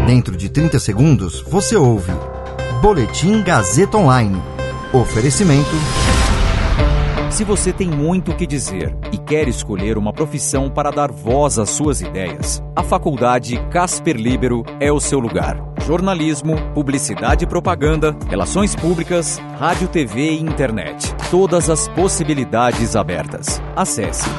Dentro de 30 segundos, você ouve Boletim Gazeta Online. Oferecimento... Se você tem muito o que dizer e quer escolher uma profissão para dar voz às suas ideias, a Faculdade Casper Líbero é o seu lugar. Jornalismo, publicidade e propaganda, relações públicas, rádio, TV e internet. Todas as possibilidades abertas. Acesse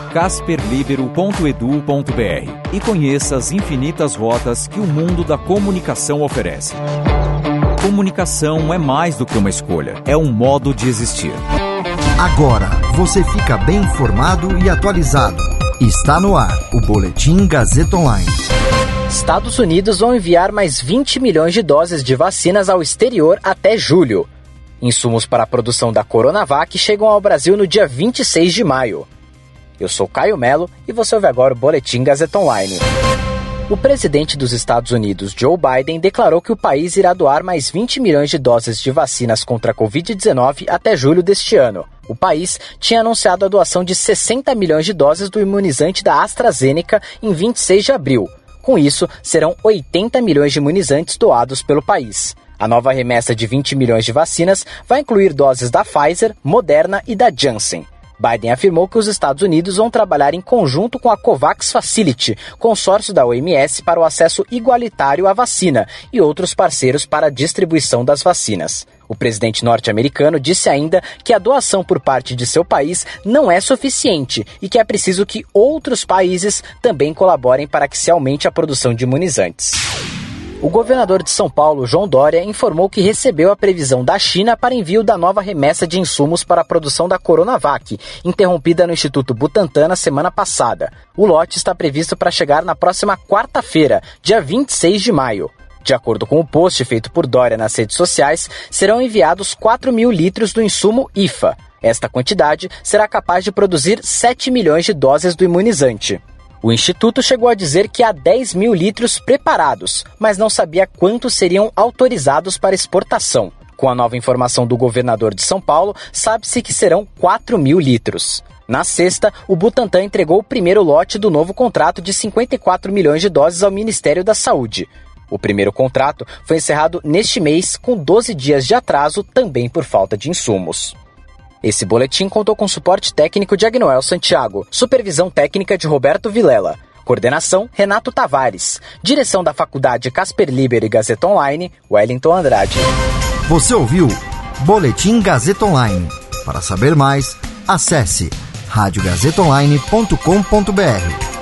casperlibero.edu.br e conheça as infinitas rotas que o mundo da comunicação oferece. Comunicação é mais do que uma escolha, é um modo de existir. Agora você fica bem informado e atualizado. Está no ar o Boletim Gazeta Online. Estados Unidos vão enviar mais 20 milhões de doses de vacinas ao exterior até julho. Insumos para a produção da Coronavac chegam ao Brasil no dia 26 de maio. Eu sou Caio Melo e você ouve agora o Boletim Gazeta Online. O presidente dos Estados Unidos, Joe Biden, declarou que o país irá doar mais 20 milhões de doses de vacinas contra a Covid-19 até julho deste ano. O país tinha anunciado a doação de 60 milhões de doses do imunizante da AstraZeneca em 26 de abril. Com isso, serão 80 milhões de imunizantes doados pelo país. A nova remessa de 20 milhões de vacinas vai incluir doses da Pfizer, Moderna e da Janssen. Biden afirmou que os Estados Unidos vão trabalhar em conjunto com a COVAX Facility, consórcio da OMS para o acesso igualitário à vacina, e outros parceiros para a distribuição das vacinas. O presidente norte-americano disse ainda que a doação por parte de seu país não é suficiente e que é preciso que outros países também colaborem para que se aumente a produção de imunizantes. O governador de São Paulo, João Dória, informou que recebeu a previsão da China para envio da nova remessa de insumos para a produção da Coronavac, interrompida no Instituto Butantan na semana passada. O lote está previsto para chegar na próxima quarta-feira, dia 26 de maio. De acordo com o post feito por Dória nas redes sociais, serão enviados 4 mil litros do insumo IFA. Esta quantidade será capaz de produzir 7 milhões de doses do imunizante. O Instituto chegou a dizer que há 10 mil litros preparados, mas não sabia quantos seriam autorizados para exportação. Com a nova informação do governador de São Paulo, sabe-se que serão 4 mil litros. Na sexta, o Butantan entregou o primeiro lote do novo contrato de 54 milhões de doses ao Ministério da Saúde. O primeiro contrato foi encerrado neste mês, com 12 dias de atraso, também por falta de insumos. Esse boletim contou com suporte técnico de Agnoel Santiago, supervisão técnica de Roberto Vilela, coordenação Renato Tavares, direção da Faculdade Casper Líbero e Gazeta Online, Wellington Andrade. Você ouviu Boletim Gazeta Online. Para saber mais, acesse radiogazetaonline.com.br.